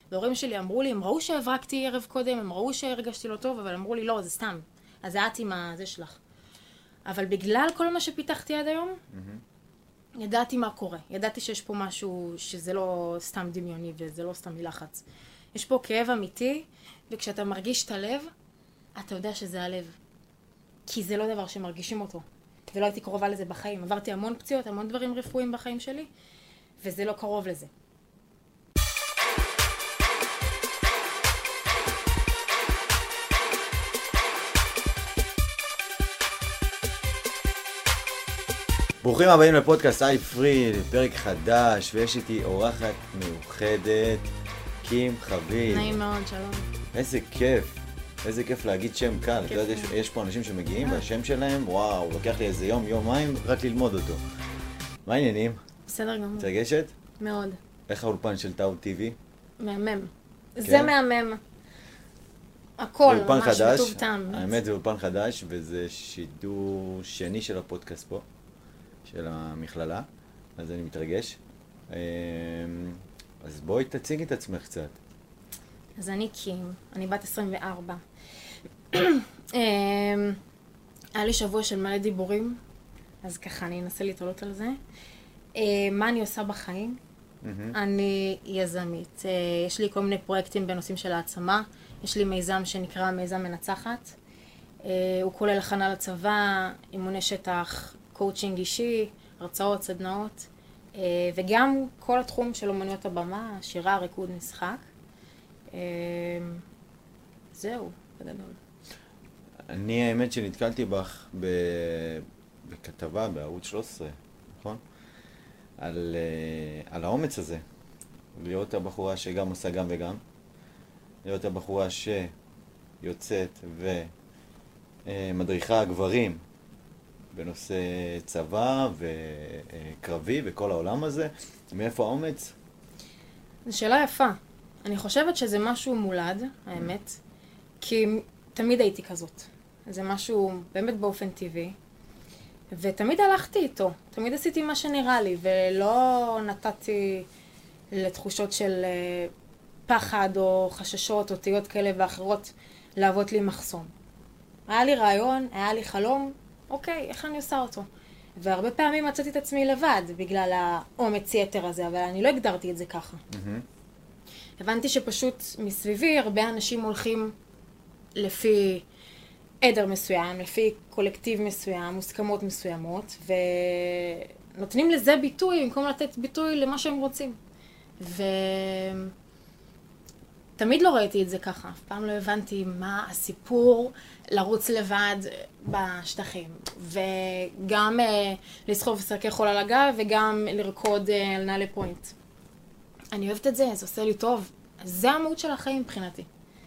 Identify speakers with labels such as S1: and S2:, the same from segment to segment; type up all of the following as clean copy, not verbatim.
S1: וההורים שלי אמרו לי, הם ראו שהברקתי ערב קודם, הם ראו שהרגשתי לא טוב, אבל אמרו לי, לא, זה סתם. אז את עם זה שלך. אבל בגלל כל מה שפיתחתי עד היום, ידעתי מה קורה. ידעתי שיש פה משהו שזה לא סתם דמיוני וזה לא סתם מלחץ. יש פה כאב אמיתי, וכשאתה מרגיש את הלב, אתה יודע שזה הלב. כי זה לא דבר שמרגישים אותו. ולא הייתי קרובה לזה בחיים. עברתי המון פציעות, המון דברים רפואיים בחיים שלי, וזה לא קרוב לזה.
S2: ברוכים הבאים לפודקאסט איי פרי, לפרק חדש, ויש איתי אורחת מיוחדת, קים חביב.
S1: נעים מאוד, שלום.
S2: איזה כיף להגיד שם קל. אתה יודע, יש פה אנשים שמגיעים והשם שלהם, וואו, לוקח לי איזה יומיים רק ללמוד אותו. מה העניינים?
S1: בסדר גמור.
S2: מתרגשת?
S1: מאוד.
S2: איך האולפן של טאו טיווי?
S1: מהמם. זה מהמם. הכל ממש בטוב טעם.
S2: האמת זה אולפן חדש, וזה שידור שני של הפודקאסט פה. של המכללה, אז אני מתרגש. אז בואי תציגי את עצמך קצת.
S1: אז אני קים, אני בת 24. היה לי שבוע של מלא דיבורים, אז ככה אני אנסה להתעלות על זה. מה אני עושה בחיים? אני יזמית. יש לי כל מיני פרויקטים בנושאים של העצמה. יש לי מיזם שנקרא מיזם מנצחת. הוא כולל הכנה לצבא, אימוני שטח, קואוצ'ינג אישי, הרצאות, סדנאות, וגם כל התחום של אומנויות הבמה, שירה, ריקוד, משחק. זהו, בגדול.
S2: אני האמת שנתקלתי בך בכתבה בערוץ 13, נכון? על האומץ הזה. להיות הבחורה שגם עושה גם וגם. להיות הבחורה שיוצאת ומדריכה גברים בנושא צבא וקרבי וכל העולם הזה. מאיפה האומץ?
S1: זו שאלה יפה. אני חושבת שזה משהו מולד, האמת, כי תמיד הייתי כזאת. זה משהו באמת באופן טבעי, ותמיד הלכתי איתו. תמיד עשיתי מה שנראה לי, ולא נתתי לתחושות של פחד או חששות או תהיות כאלה ואחרות להוות לי מחסום. היה לי רעיון, היה לי חלום, אוקיי, איך אני עושה אותו? והרבה פעמים מצאתי את עצמי לבד בגלל האומץ יתר הזה, אבל אני לא הגדרתי את זה ככה. הבנתי שפשוט מסביבי הרבה אנשים הולכים לפי עדר מסוים, לפי קולקטיב מסוים, מוסכמות מסוימות, ונותנים לזה ביטוי במקום לתת ביטוי למה שהם רוצים. תמיד לא ראיתי את זה ככה, אף פעם לא הבנתי מה הסיפור לרוץ לבד בשטחים, וגם לסחוב שרקי חול על הגב, וגם לרקוד על נעלי פוינט. אני אוהבת את זה, זה עושה לי טוב. זה המהות של החיים מבחינתי.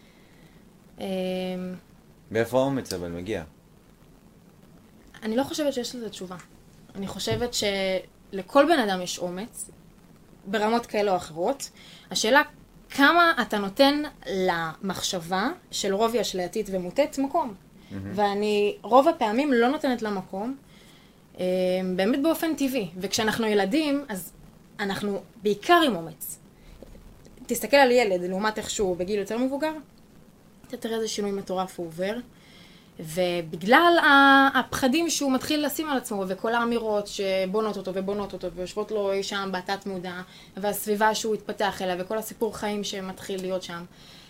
S2: מאיפה האומץ אבל מגיע?
S1: אני לא חושבת שיש לזה תשובה. אני חושבת שלכל בן אדם יש אומץ, ברמות כאלה או אחרות. השאלה כמה אתה נותן למחשבה של רוב אשלייתית ומוטט מקום. ואני רוב הפעמים לא נותנת לה מקום, באמת באופן טבעי. וכשאנחנו ילדים, אז אנחנו בעיקר עם אומץ. תסתכל על ילד, לעומת איכשהו בגיל יותר מבוגר, אתה תראה איזה שינוי מטורף הוא עובר. ובגלל הפחדים שהוא מתחיל לשים על עצמו, וכל האמירות שבונות אותו ובונות אותו, ויושבות לו אי שם בתת מודע, והסביבה שהוא התפתח אליה, וכל הסיפור חיים שמתחיל להיות שם.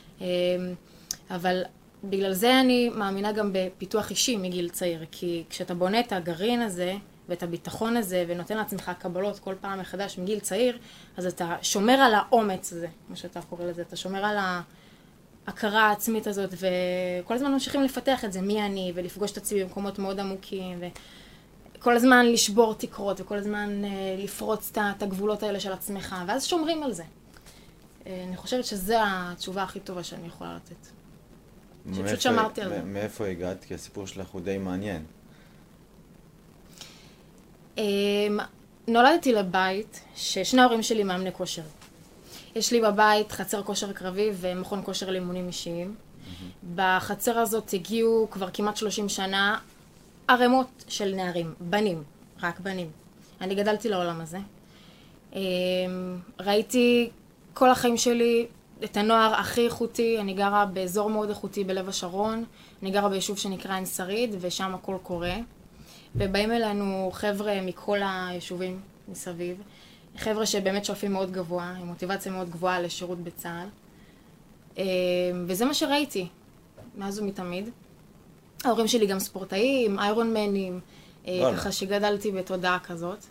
S1: אבל בגלל זה אני מאמינה גם בפיתוח אישי מגיל צעיר, כי כשאתה בונה את הגרעין הזה, ואת הביטחון הזה, ונותן לעצמך קבלות כל פעם מחדש מגיל צעיר, אז אתה שומר על האומץ הזה, כמו שאתה קורא לזה, אתה שומר על ההכרה העצמית הזאת, וכל הזמן ממשיכים לפתח את זה, מי אני, ולפגוש את עצמי במקומות מאוד עמוקים, וכל הזמן לשבור תקרות, וכל הזמן לפרוץ את הגבולות האלה של עצמך, ואז שומרים על זה. אני חושבת שזו התשובה הכי טובה שאני יכולה לתת. שפשוט שמרתי על זה.
S2: מאיפה הגעת? כי הסיפור שלך הוא די מעניין.
S1: נולדתי לבית ששני ההורים שלי מאמני כושר. יש לי בבית חצר כושר קרבי ומכון כושר לאימונים אישיים. בחצר הזאת הגיעו כבר כמעט 30 שנה ערימות של נערים, בנים, רק בנים. אני גדלתי לעולם הזה. ראיתי כל החיים שלי את הנוער הכי איכותי. אני גרה באזור מאוד איכותי בלב השרון, אני גרה ביישוב שנקרא עין שריד, ושם הכל קורה. ובאים אלינו חבר'ה מכל היישובים מסביב, חבר'ה שבאמת שואפים מאוד גבוה, עם מוטיבציה מאוד גבוהה לשירות בצה"ל. וזה מה שראיתי, מאז ומתמיד. ההורים שלי גם ספורטאים, איירון מנים, ככה שגדלתי בתודעה כזאת.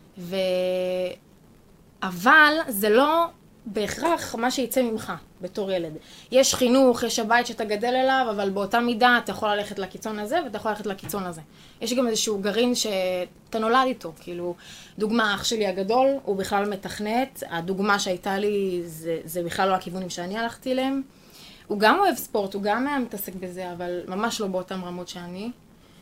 S1: אבל זה לא בהכרח מה שיצא ממך בתור ילד. יש חינוך, יש הבית שאתה גדל אליו, אבל באותה מידה אתה יכול ללכת לקיצון הזה ואתה יכול ללכת לקיצון הזה. יש גם איזשהו גרעין שאתה נולד איתו. כאילו, דוגמה, אח שלי הגדול, הוא בכלל מתכנת. הדוגמה שהייתה לי זה בכלל לא הכיוונים שאני הלכתי אליהם. הוא גם אוהב ספורט, הוא גם היה מתעסק בזה, אבל ממש לא באותם רמות שאני.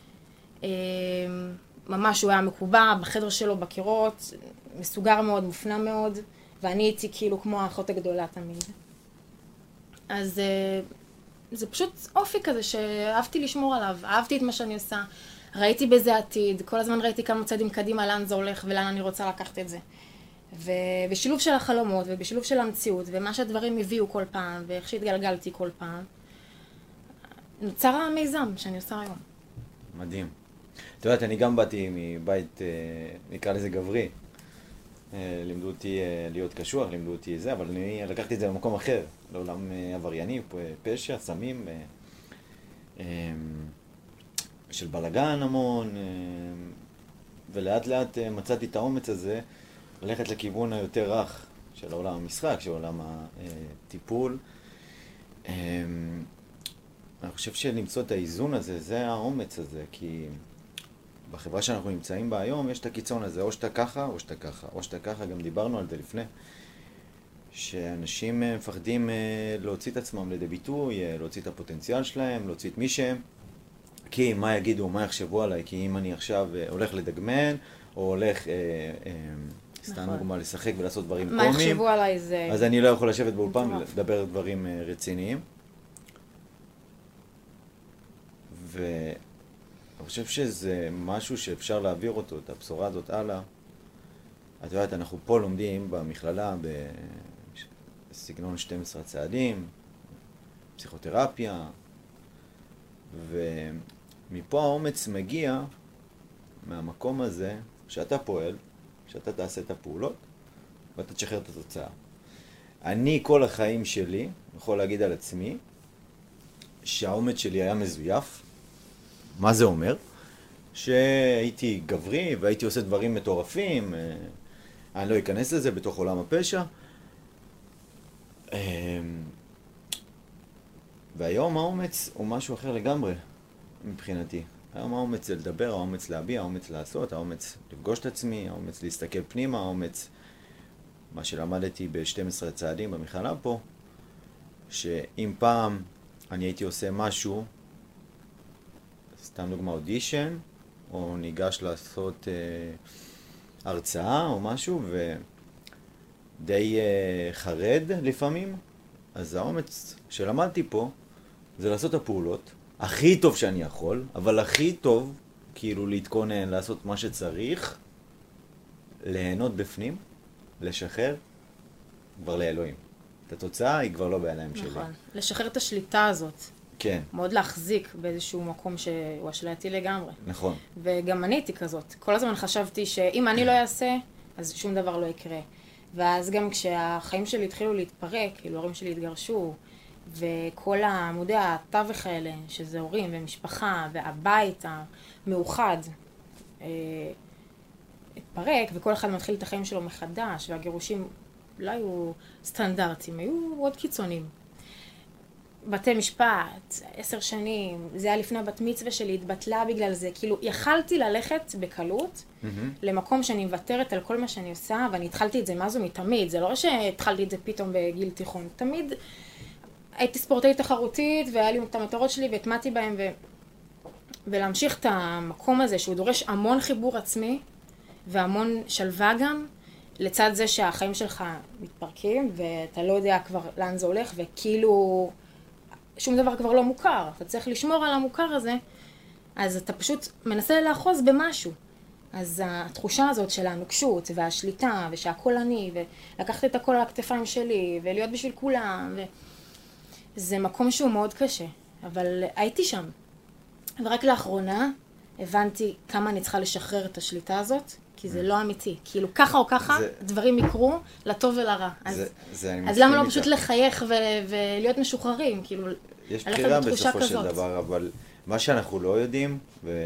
S1: ממש הוא היה מקובע בחדר שלו, בקירות, מסוגר מאוד, מופנם מאוד, ואני הייתי כאילו כמו האחות הגדולה תמיד. אז זה פשוט אופי כזה שאהבתי לשמור עליו, אהבתי את מה שאני עושה, ראיתי בזה עתיד, כל הזמן ראיתי כמה צעדים קדימה לאן זה הולך ולאן אני רוצה לקחת את זה. ובשילוב של החלומות ובשילוב של המציאות ומה שהדברים הביאו כל פעם ואיך שהתגלגלתי כל פעם, נוצר המיזם שאני עושה היום.
S2: מדהים. את יודעת, אני גם באתי מבית, נקרא לזה גברי. לימדו אותי להיות קשוח, לימדו אותי זה, אבל אני לקחתי את זה במקום אחר, לעולם עברייני, פשע, סמים, של בלגן המון, ולאט לאט מצאתי את האומץ הזה ללכת לכיוון היותר רך של עולם המשחק, של עולם הטיפול. אני חושב שלמצוא את האיזון הזה, זה האומץ הזה, כי בחברה שאנחנו נמצאים בה היום יש את הקיצון הזה, או שאתה ככה, או שאתה ככה, או שאתה ככה, גם דיברנו על זה לפני, שאנשים מפחדים להוציא את עצמם לידי ביטוי, להוציא את הפוטנציאל שלהם, להוציא את מי שהם, כי מה יגידו, מה יחשבו עליי, כי אם אני עכשיו הולך לדגמן, או הולך, סתם דוגמה, לשחק ולעשות דברים קומיים,
S1: מה יחשבו עליי זה...
S2: אז אני לא יכול לשבת באולפן ולדבר דברים רציניים. אני חושב שזה משהו שאפשר להעביר אותו, את הבשורה הזאת הלאה. את יודעת, אנחנו פה לומדים במכללה בסגנון 12 צעדים, פסיכותרפיה, ומפה האומץ מגיע מהמקום הזה שאתה פועל, שאתה תעשה את הפעולות, ואתה תשחרר את התוצאה. אני כל החיים שלי, יכול להגיד על עצמי, שהאומץ שלי היה מזויף. מה זה אומר? שהייתי גברי והייתי עושה דברים מטורפים, אני לא אכנס לזה בתוך עולם הפשע. והיום האומץ הוא משהו אחר לגמרי מבחינתי. היום האומץ זה לדבר, האומץ להביע, האומץ לעשות, האומץ לפגוש את עצמי, האומץ להסתכל פנימה, האומץ, מה שלמדתי ב-12 צעדים במכללה פה, שאם פעם אני הייתי עושה משהו, סתם דוגמה אודישן, או ניגש לעשות הרצאה או משהו, ודי חרד לפעמים, אז האומץ שלמדתי פה זה לעשות את הפעולות הכי טוב שאני יכול, אבל הכי טוב כאילו להתכונן, לעשות מה שצריך, ליהנות בפנים, לשחרר כבר לאלוהים. את התוצאה היא כבר לא בידיים שלי.
S1: נכון, לשחרר את השליטה הזאת.
S2: כן.
S1: מאוד להחזיק באיזשהו מקום שהוא אשלייתי לגמרי.
S2: נכון.
S1: וגם אני הייתי כזאת. כל הזמן חשבתי שאם אני לא אעשה, אז שום דבר לא יקרה. ואז גם כשהחיים שלי התחילו להתפרק, כאילו ההורים שלי התגרשו, וכל עמודי התווך האלה, שזה הורים ומשפחה, והבית המאוחד, התפרק, וכל אחד מתחיל את החיים שלו מחדש, והגירושים לא היו סטנדרטים, היו עוד קיצונים. בתי משפט, 10 שנים, זה היה לפני הבת מצווה שלי, התבטלה בגלל זה. כאילו, יכלתי ללכת בקלות למקום שאני מוותרת על כל מה שאני עושה, ואני התחלתי את זה מאז ומתמיד. זה לא שהתחלתי את זה פתאום בגיל תיכון. תמיד הייתי ספורטאית תחרותית, והיה לי את המטרות שלי, והתמדתי בהם, ולהמשיך את המקום הזה, שהוא דורש המון חיבור עצמי, והמון שלווה גם, לצד זה שהחיים שלך מתפרקים, ואתה לא יודע כבר לאן זה הולך, וכאילו שום דבר כבר לא מוכר. אתה צריך לשמור על המוכר הזה, אז אתה פשוט מנסה לאחוז במשהו. אז התחושה הזאת של הנוקשות והשליטה ושהכל אני ולקחת את הכל על הכתפיים שלי ולהיות בשביל כולם זה מקום שהוא מאוד קשה, אבל הייתי שם. ורק לאחרונה הבנתי כמה אני צריכה לשחרר את השליטה הזאת, כי זה לא אמיתי. כאילו ככה או ככה דברים יקרו לטוב ולרע. אז למה לא פשוט לחייך ולהיות משוחררים? כאילו
S2: יש בחירה בסופו של דבר, אבל מה שאנחנו לא יודעים,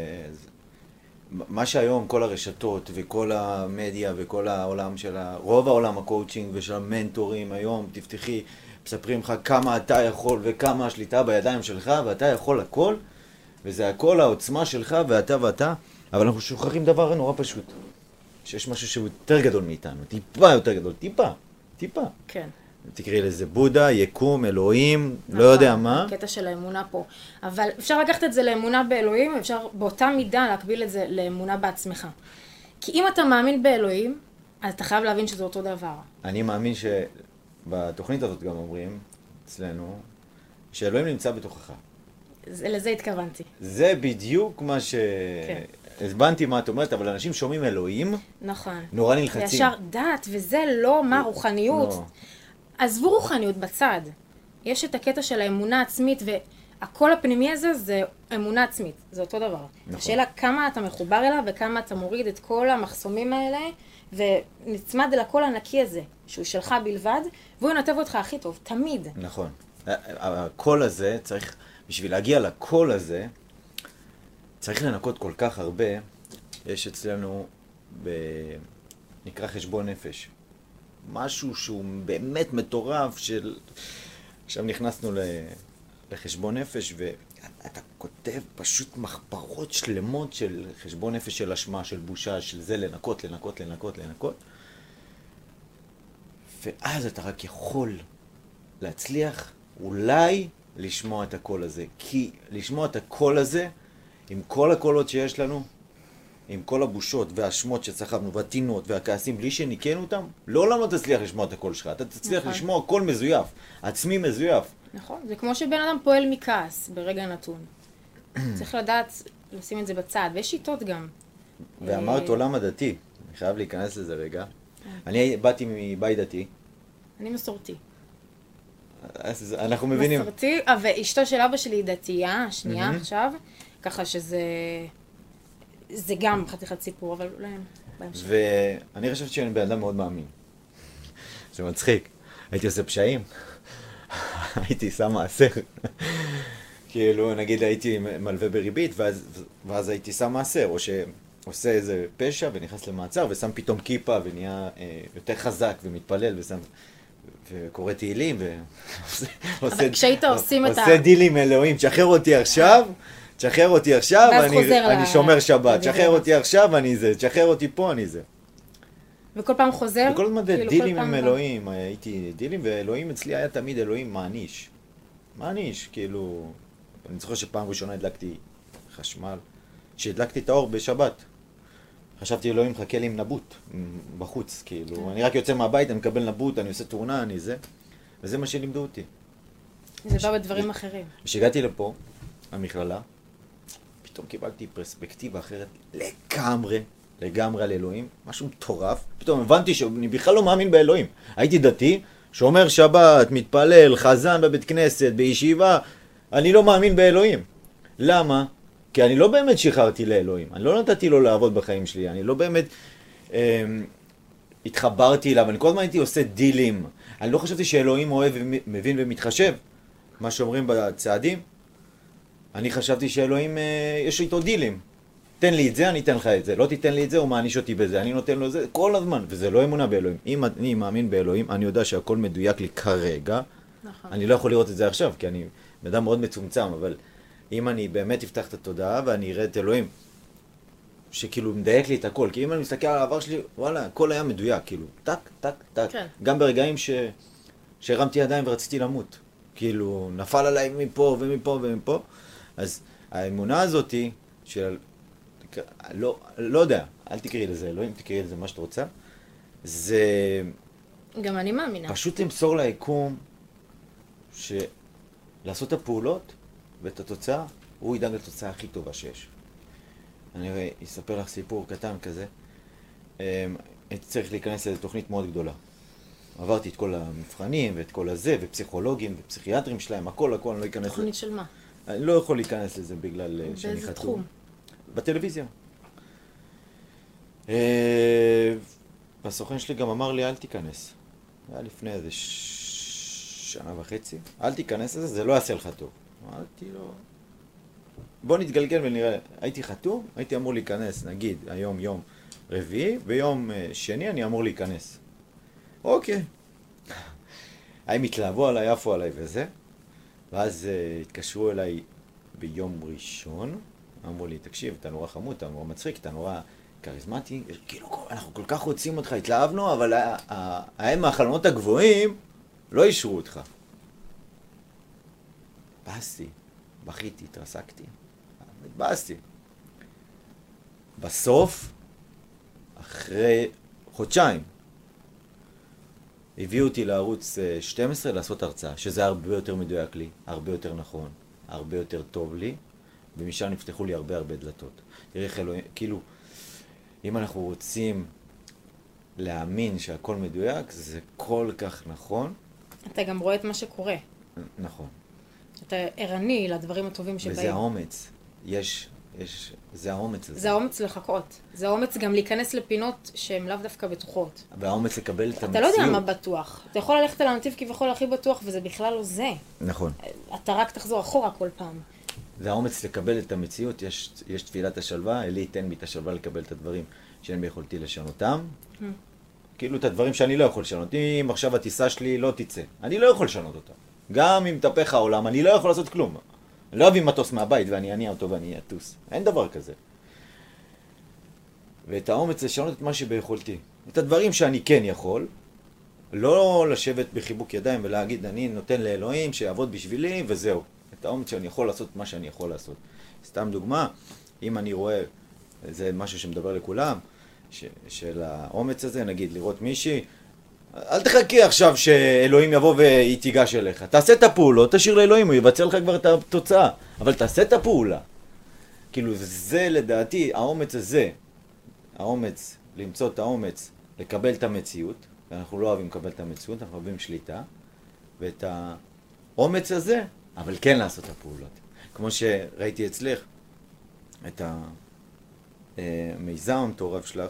S2: מה שהיום כל הרשתות וכל המדיה וכל העולם של רוב העולם הקואוצ'ינג ושל המנטורים היום, תפתחי, מספרים לך כמה אתה יכול וכמה השליטה בידיים שלך ואתה יכול הכל, וזה הכל העוצמה שלך ואתה, אבל אנחנו שוכחים דבר נורא פשוט, שיש משהו שהוא יותר גדול מאיתנו, טיפה יותר גדול, טיפה.
S1: כן.
S2: תקראי לזה בודה, יקום, אלוהים, לא יודע מה.
S1: הקטע של האמונה פה. אבל אפשר לקחת את זה לאמונה באלוהים, אפשר באותה מידה להקביל את זה לאמונה בעצמך. כי אם אתה מאמין באלוהים, אז אתה חייב להבין שזה אותו דבר.
S2: אני מאמין שבתוכנית הזאת גם אומרים, אצלנו, שאלוהים נמצא בתוכך.
S1: לזה התכוונתי.
S2: זה בדיוק מה ש... כן. הסבנתי מה את אומרת, אבל אנשים שומעים אלוהים,
S1: נכון.
S2: נורא נלחצים.
S1: ישר דת, וזה לא מה רוחניות.
S2: לא.
S1: עזבו רוחניות בצד. יש את הקטע של האמונה העצמית, והכל הפנימי הזה זה אמונה עצמית. זה אותו דבר. נכון. השאלה כמה אתה מחובר אליו, וכמה אתה מוריד את כל המחסומים האלה, ונצמד אל הקול הנקי הזה, שהוא שלך בלבד, והוא ינתב אותך הכי טוב, תמיד.
S2: נכון. הקול הזה צריך, בשביל להגיע לקול הזה, צריך לנקות כל כך הרבה. יש אצלנו, נקרא חשבון נפש. משהו שהוא באמת מטורף של... עכשיו נכנסנו לחשבון נפש, ואתה כותב פשוט מחברות שלמות של חשבון נפש של אשמה, של בושה, של זה לנקות. ואז אתה רק יכול להצליח אולי לשמוע את הקול הזה. כי לשמוע את הקול הזה, עם כל הקולות שיש לנו, עם כל הבושות והאשמות שצחבנו, והטינות והכעסים, בלי שניקנו אותם, לעולם לא תצליח לשמוע את הקול שלך. אתה תצליח נכון. לשמוע קול מזויף, עצמי מזויף.
S1: נכון, זה כמו שבן אדם פועל מכעס ברגע נתון. צריך לדעת לשים את זה בצד, ויש שיטות גם.
S2: ואמרת עולם הדתי, אני חייב להיכנס לזה רגע. אני באתי מבית דתי.
S1: אני מסורתי.
S2: אז אנחנו מבינים.
S1: מסורתי, ואשתו של אבא שלי היא דתייה, השנייה עכשיו, ככה שזה... זה גם חתיכת סיפור, אבל אולי בהמשך.
S2: ואני חושבת שאני בן אדם מאוד מאמין. זה מצחיק. הייתי עושה פשעים. הייתי שם מעשר. כאילו, נגיד הייתי מלווה בריבית, ואז הייתי שם מעשר, או שעושה איזה פשע ונכנס למעצר, ושם פתאום כיפה ונהיה יותר חזק ומתפלל, וקורא תהילים,
S1: אבל כשהיית עושים את
S2: עושה דילים אלוהים, תשחרר אותי עכשיו, אני שומר שבת, תשחרר אותי עכשיו, אני זה, תשחרר אותי פה, אני זה.
S1: וכל פעם חוזר?
S2: וכל הזמן דילים עם אלוהים, הייתי דילים, ואלוהים אצלי היה תמיד אלוהים מעניש, כאילו, אני זוכר שפעם ראשונה הדלקתי חשמל, שהדלקתי את האור בשבת, חשבתי אלוהים מחכה לי עם נבוט בחוץ, כאילו, אני רק יוצא מהבית, אני מקבל נבוט, אני עושה תאונה, אני זה, וזה מה שלימדו אותי.
S1: זה בא בדברים אחרים.
S2: כשהגעתי לפה, המכללה, פתאום קיבלתי פרספקטיבה אחרת לגמרי על אלוהים, משהו מטורף. פתאום הבנתי שאני בכלל לא מאמין באלוהים. הייתי דתי, שומר שבת, מתפלל, חזן בבית כנסת, בישיבה, אני לא מאמין באלוהים. למה? כי אני לא באמת שחררתי לאלוהים, אני לא נתתי לו לעבוד בחיים שלי, אני לא באמת התחברתי אליו, אני כל הזמן הייתי עושה דילים. אני לא חשבתי שאלוהים אוהב ומבין ומתחשב, מה שאומרים בצעדים. אני חשבתי שאלוהים, יש לי איתו דילים. תן לי את זה, אני אתן לך את זה. לא תיתן לי את זה, הוא מעניש אותי בזה. אני נותן לו את זה כל הזמן, וזה לא אמונה באלוהים. אם אני מאמין באלוהים, אני יודע שהכל מדויק לי כרגע. נכון. אני לא יכול לראות את זה עכשיו, כי אני אדם מאוד מצומצם, אבל אם אני באמת אפתח את התודעה ואני אראה את אלוהים, שכאילו מדייק לי את הכל, כי אם אני מסתכל על העבר שלי, וואלה, הכל היה מדויק, כאילו, טק, טק, טק. כן. גם ברגעים שהרמתי ידיים ורציתי למות. כאילו, נפל עליי מפה ומפה ומפה. אז האמונה הזאת של, לא יודע, אל תקראי לזה אלוהים, תקראי לזה מה שאת רוצה, זה...
S1: גם אני מאמינה.
S2: פשוט למסור ליקום, לעשות את הפעולות ואת התוצאה, הוא ידאג לתוצאה הכי טובה שיש. אני אספר לך סיפור קטן כזה. הייתי צריך להיכנס לאיזו תוכנית מאוד גדולה. עברתי את כל המבחנים ואת כל הזה, ופסיכולוגים ופסיכיאטרים שלהם, הכל, אני לא אכנס...
S1: תוכנית של מה?
S2: אני לא יכול להיכנס לזה בגלל שאני
S1: באיזה
S2: חתום.
S1: תחום?
S2: בטלוויזיה. הסוכן שלי גם אמר לי, אל תיכנס. היה לפני איזה שנה וחצי. אל תיכנס לזה, זה לא יעשה לך טוב. אמרתי לו, בוא נתגלגל ונראה. הייתי חתום, הייתי אמור להיכנס, נגיד, היום יום רביעי, ביום שני אני אמור להיכנס. אוקיי. הם התלהבו עליי, עפו עליי וזה. ואז התקשרו אליי ביום ראשון. אמרו לי, תקשיב, אתה נורא חמוד, אתה נורא מצחיק, אתה נורא כריזמטי. כאילו, אנחנו כל כך רוצים אותך, התלהבנו, אבל הם מהחלונות הגבוהים לא אישרו אותך. באסתי, בכיתי, התרסקתי. התבאסתי. בסוף, אחרי חודשיים, הביאו אותי לערוץ 12 לעשות הרצאה, שזה הרבה יותר מדויק לי, הרבה יותר נכון, הרבה יותר טוב לי, ומשם נפתחו לי הרבה דלתות. תראה איך אלוהים, כאילו, אם אנחנו רוצים להאמין שהכל מדויק, זה כל כך נכון.
S1: אתה גם רואה את מה שקורה.
S2: נכון.
S1: אתה ערני לדברים הטובים שבאים.
S2: וזה האומץ. זה האומץ הזה.
S1: זה האומץ לחכות. זה האומץ גם להיכנס לפינות שהן לאו דווקא בטוחות.
S2: והאומץ לקבל את המציאות.
S1: אתה לא יודע מה בטוח. אתה יכול ללכת על הנתיב כביכול הכי בטוח, וזה בכלל לא זה.
S2: נכון.
S1: אתה רק תחזור אחורה כל פעם.
S2: זה האומץ לקבל את המציאות. יש תפילת השלווה, אלי ייתן בי את השלווה לקבל את הדברים שאין ביכולתי לשנותם. כאילו את הדברים שאני לא יכול לשנות. אם עכשיו הטיסה שלי לא תצא, אני לא יכול לשנות אותה. גם אם תפך העולם, אני לא יכול לעשות כלום. אני לא אביא מטוס מהבית ואני אניע אותו ואני אטוס. אין דבר כזה. ואת האומץ לשנות את מה שביכולתי. את הדברים שאני כן יכול, לא לשבת בחיבוק ידיים ולהגיד אני נותן לאלוהים שיעבוד בשבילי וזהו. את האומץ שאני יכול לעשות מה שאני יכול לעשות. סתם דוגמה, אם אני רואה, זה משהו שמדבר לכולם, של האומץ הזה, נגיד לראות מישהי, אל תחכי עכשיו שאלוהים יבוא והיא תיגש אליך. תעשה את הפעולות, תשאיר לאלוהים, הוא יבצע לך כבר את התוצאה. אבל תעשה את הפעולה. כאילו זה לדעתי, האומץ הזה, האומץ, למצוא את האומץ, לקבל את המציאות, ואנחנו לא אוהבים לקבל את המציאות, אנחנו אוהבים שליטה, ואת האומץ הזה, אבל כן לעשות את הפעולות. כמו שראיתי אצלך, את המיזם המטורף שלך,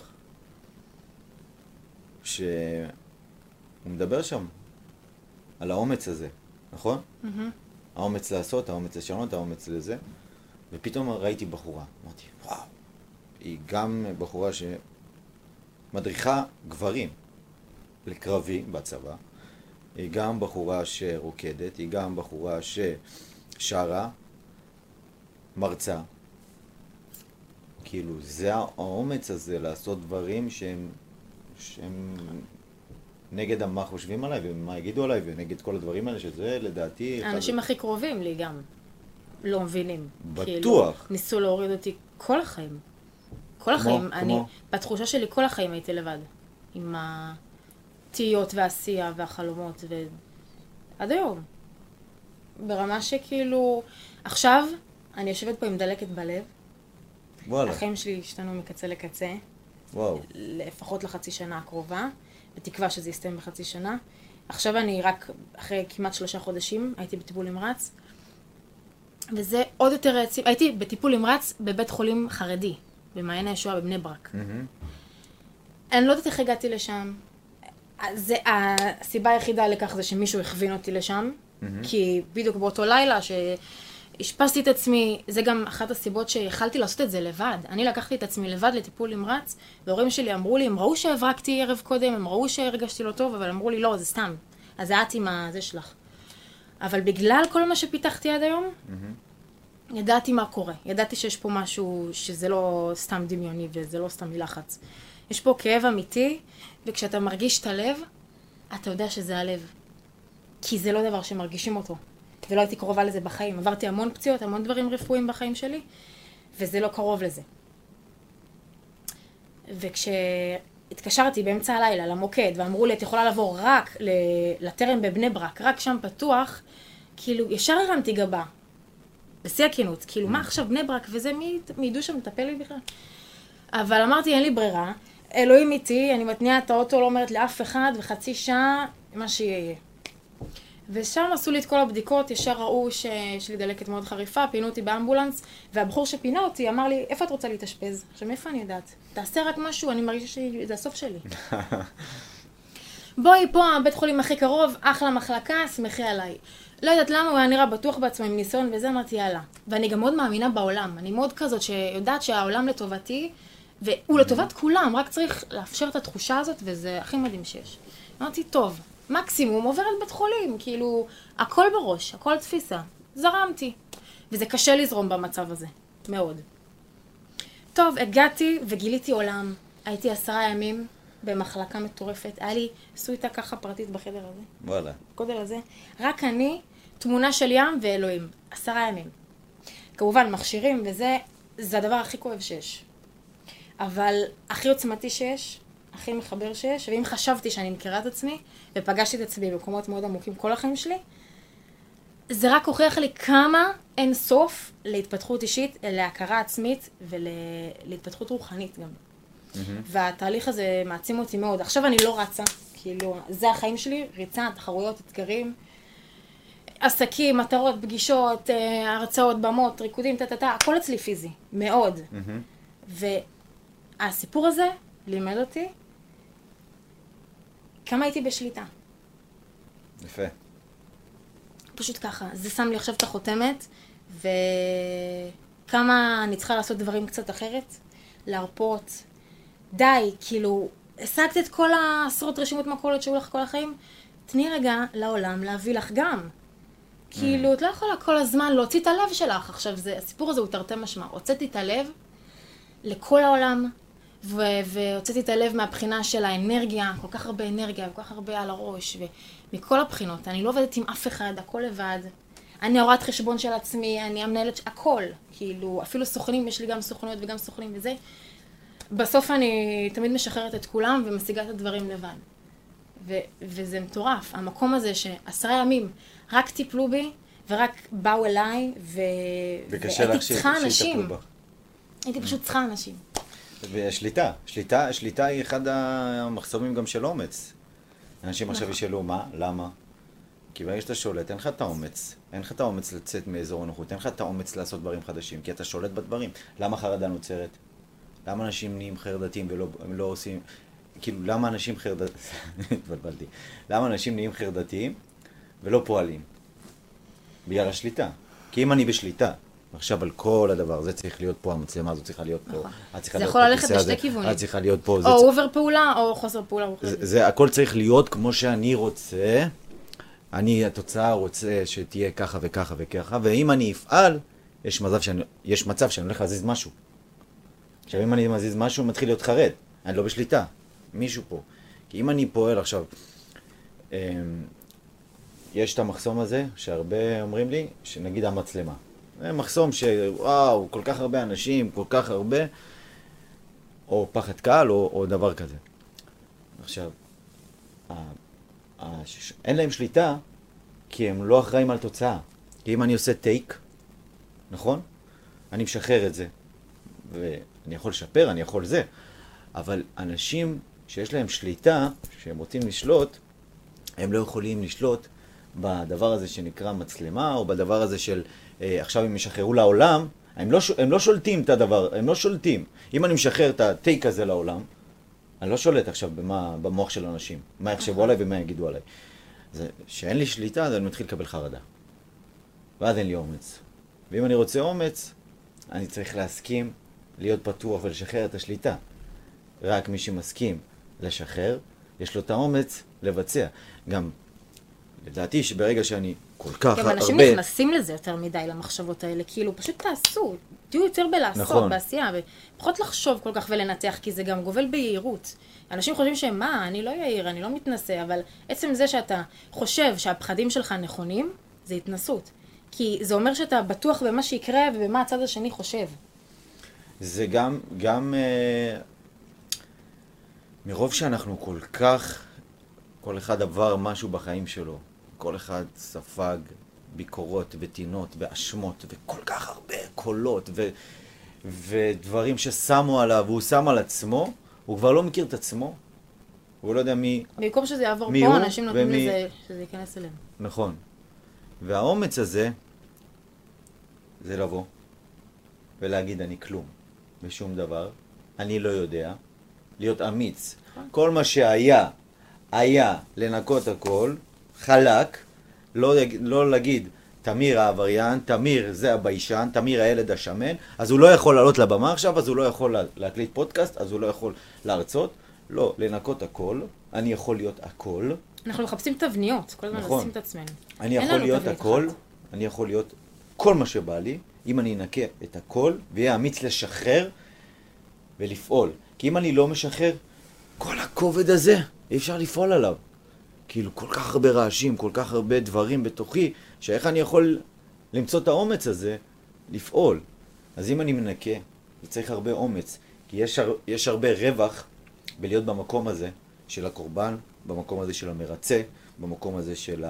S2: שהוא מדבר שם על האומץ הזה, נכון? האומץ לעשות, האומץ לשנות, האומץ לזה. ופתאום ראיתי בחורה, אמרתי, וואו, היא גם בחורה שמדריכה גברים לקרבי בצבא, היא גם בחורה שרוקדת, היא גם בחורה ששרה, מרצה. כאילו, זה האומץ הזה לעשות דברים שהם נגד מה חושבים עליי ומה יגידו עליי ונגד כל הדברים האלה, שזה לדעתי...
S1: האנשים הכי קרובים לי גם לא מבינים.
S2: בטוח.
S1: כאילו, ניסו להוריד אותי כל החיים. כל החיים. בתחושה שלי כל החיים הייתי לבד. עם התהיות והעשייה והחלומות עד היום. ברמה שכאילו... עכשיו אני יושבת פה עם דלקת בלב.
S2: וואלה.
S1: החיים שלי השתנו מקצה לקצה.
S2: וואו.
S1: לפחות לחצי שנה הקרובה. בתקווה שזה יסתיים בחצי שנה. עכשיו אני רק אחרי כמעט 3 חודשים הייתי בטיפול נמרץ. וזה עוד יותר רציב. הייתי בטיפול נמרץ בבית חולים חרדי, במעייני הישועה בבני ברק. אני לא יודעת איך הגעתי לשם. הסיבה היחידה לכך זה שמישהו הכווין אותי לשם, כי בדיוק באותו לילה שהשפסתי את עצמי, זה גם אחת הסיבות שיכלתי לעשות את זה לבד. אני לקחתי את עצמי לבד לטיפול נמרץ, וההורים שלי אמרו לי, הם ראו שהברקתי ערב קודם, הם ראו שהרגשתי לא טוב, אבל אמרו לי, לא, זה סתם. אז זה את עם זה שלך. אבל בגלל כל מה שפיתחתי עד היום, ידעתי מה קורה. ידעתי שיש פה משהו שזה לא סתם דמיוני וזה לא סתם מלחץ. יש פה כאב אמיתי, וכשאתה מרגיש את הלב, אתה יודע שזה הלב. כי זה לא דבר שמרגישים אותו. ולא הייתי קרובה לזה בחיים. עברתי המון פציעות, המון דברים רפואיים בחיים שלי, וזה לא קרוב לזה. וכשהתקשרתי באמצע הלילה למוקד, ואמרו לי, את יכולה לבוא רק לטרם בבני ברק, רק שם פתוח, כאילו ישר הרמתי גבה. בשיא הכנות, כאילו, מה עכשיו בני ברק וזה, מי ידעו שם לטפל לי בכלל? אבל אמרתי, אין לי ברירה, אלוהים איתי, אני מתניעה את האוטו, לא אומרת לאף אחד, וחצי שעה, מה שיהיה. ושם עשו לי את כל הבדיקות, ישר ראו שיש לי דלקת מאוד חריפה, פינו אותי באמבולנס, והבחור שפינה אותי אמר לי, איפה את רוצה להתאשפז? עכשיו, מאיפה אני יודעת? תעשה רק משהו, אני מרגישה שזה הסוף שלי. בואי, פה הבית חולים הכי קרוב, אחלה מחלקה, שמחי עליי. לא יודעת למה, הוא היה נראה בטוח בעצמו עם ניסיון, וזה אמרתי, יאללה. ואני גם מאוד מאמינה בעולם, אני מאוד כזאת שיודעת שהעולם לטובתי, והוא לטובת כולם, רק צריך לאפשר את התחושה הזאת, וזה הכי מדהים שיש. אמרתי, טוב, מקסימום עוברת בית חולים, כאילו, הכל בראש, הכל תפיסה. זרמתי. וזה קשה לזרום במצב הזה, מאוד. טוב, הגעתי וגיליתי עולם. הייתי 10 ימים במחלקה מטורפת. היה לי סוויטה ככה פרטית בחדר הזה.
S2: וואלה.
S1: גודל הזה. רק אני, תמונה של ים ואלוהים. 10 ימים. כמובן, מכשירים וזה, זה הדבר הכי כואב שיש. אבל הכי עוצמתי שיש, הכי מחבר שיש, ואם חשבתי שאני מכירה את עצמי, ופגשתי את עצמי במקומות מאוד עמוקים כל החיים שלי, זה רק הוכיח לי כמה אין סוף להתפתחות אישית, להכרה עצמית ולהתפתחות רוחנית גם. והתהליך הזה מעצים אותי מאוד. עכשיו אני לא רצה, כאילו, זה החיים שלי, ריצה, תחרויות, אתגרים, עסקים, מטרות, פגישות, הרצאות, במות, ריקודים, הכל אצלי פיזי, מאוד. והסיפור הזה לימד אותי כמה הייתי בשליטה.
S2: יפה.
S1: פשוט ככה, זה שם לי עכשיו את החותמת, וכמה אני צריכה לעשות דברים קצת אחרת, להרפות. די, כאילו, השגת את כל העשרות רשימות מכולות שהיו לך כל החיים, תני רגע לעולם להביא לך גם. כאילו, את לא יכולה כל הזמן להוציא את הלב שלך. עכשיו, הסיפור הזה הוא תרתי משמע. הוצאתי את הלב לכל העולם, והוצאתי את הלב מהבחינה של האנרגיה, כל כך הרבה אנרגיה, כל כך הרבה על הראש, ומכל הבחינות. אני לא עובדת עם אף אחד, הכל לבד. אני הוראת חשבון של עצמי, אני המנהלת, הכל. כאילו, אפילו סוכנים, יש לי גם סוכנויות וגם סוכנים וזה. בסוף אני תמיד משחררת את כולם ומשיגה את הדברים לבד. וזה מטורף. המקום הזה ש10 ימים רק טיפלו בי, ורק באו אליי, והייתי צריכה אנשים. הייתי פשוט צריכה אנשים.
S2: ושליטה. שליטה היא אחד המחסומים גם של אומץ. אנשים עכשיו ישאלו, מה? למה? כי ברגע שאתה שולט, אין לך את האומץ. אין לך את האומץ לצאת מאזור הנוחות. אין לך את האומץ לעשות דברים חדשים, כי אתה שולט בדברים. למה חרדה נוצרת? למה אנשים נהיים חרדתיים והם לא עושים... כאילו, למה אנשים חרדתיים... התבלבלתי. למה אנשים נהיים חרדתיים ולא פועלים? בגלל השליטה. כי אם אני בשליטה, עכשיו על כל הדבר, זה צריך להיות פה, המצלמה הזאת צריכה להיות פה.
S1: זה יכול ללכת בשתי כיוונים.
S2: את צריכה להיות פה.
S1: או אובר פעולה או חוסר פעולה.
S2: זה הכל צריך להיות כמו שאני רוצה. התוצאה רוצה שתהיה ככה וככה וככה, ואם אני אפעל, יש מצב שאני הולך להזיז משהו. עכשיו, אם אני מזיז משהו, מתחיל להיות חרד. אני לא בשליטה. מישהו פה. כי אם אני פועל עכשיו, יש את המחסום הזה, שהרבה אומרים לי, שנגיד המצלמה. זה מחסום שוואו, כל כך הרבה אנשים, כל כך הרבה, או פחד קהל, או דבר כזה. עכשיו, אין להם שליטה, כי הם לא אחראים על תוצאה. כי אם אני עושה טייק, נכון? אני משחרר את זה. ואני יכול לשפר, אני יכול זה. אבל אנשים שיש להם שליטה, שהם רוצים לשלוט, הם לא יכולים לשלוט בדבר הזה שנקרא מצלמה, או בדבר הזה של עכשיו הם ישחררו לעולם, הם לא שולטים את הדבר, הם לא שולטים. אם אני משחרר את הטייק הזה לעולם, אני לא שולט עכשיו במוח של אנשים, מה יחשבו עליי ומה יגידו עליי. שאין לי שליטה, אז אני מתחיל לקבל חרדה. ואז אין לי אומץ. ואם אני רוצה אומץ, אני צריך להסכים להיות פתוח ולשחרר את השליטה. רק מי שמסכים לשחרר, יש לו את האומץ לבצע. גם, לדעתי שברגע שאני כל כך הרבה...
S1: גם אנשים נכנסים לזה יותר מדי, למחשבות האלה, כאילו, פשוט תעשו, תהיו יותר בלעשות, נכון. בעשייה, ופחות לחשוב כל כך ולנתח, כי זה גם גובל ביהירות. אנשים חושבים שמה, אני לא יהיר, אני לא מתנסה, אבל עצם זה שאתה חושב שהפחדים שלך נכונים, זה התנסות. כי זה אומר שאתה בטוח במה שיקרה ובמה הצד השני חושב.
S2: זה גם מרוב שאנחנו כל כך, כל אחד עבר משהו בחיים שלו, כל אחד ספג ביקורות וטינות ואשמות וכל כך הרבה קולות ודברים ששמו עליו והוא שם על עצמו, הוא כבר לא מכיר את עצמו, הוא לא יודע
S1: במקום שזה יעבור
S2: מי
S1: פה,
S2: הוא
S1: אנשים נותנים לזה שזה ייכנס אליהם.
S2: נכון. והאומץ הזה, זה לבוא ולהגיד אני כלום, בשום דבר, אני לא יודע, להיות אמיץ. כל מה שהיה, היה לנקות הכל, חלק, לא להגיד, תמיר העבריין, תמיר זה הביישן, תמיר הילד השמן, אז הוא לא יכול לעלות לבמה עכשיו, אז הוא לא יכול להקליט פודקאסט, אז הוא לא יכול להרצות. לא, לנקות הכל, אני יכול להיות הכל.
S1: אנחנו מחפשים תבניות, כל הזמן
S2: נכון.
S1: נשים את עצמנו.
S2: אני יכול להיות הכל, אני יכול להיות כל מה שבא לי, אם אני אנקה את הכל, ויהיה אמיץ לשחרר ולפעול. כי אם אני לא משחרר, כל הכובד הזה, אי אפשר לפעול עליו. כאילו, כל כך הרבה רעשים, כל כך הרבה דברים בתוכי, שאיך אני יכול למצוא את האומץ הזה, לפעול. אז אם אני מנקה, זה צריך הרבה אומץ. כי יש הרבה רווח בלהיות במקום הזה של הקורבן, במקום הזה של המרצה, במקום הזה של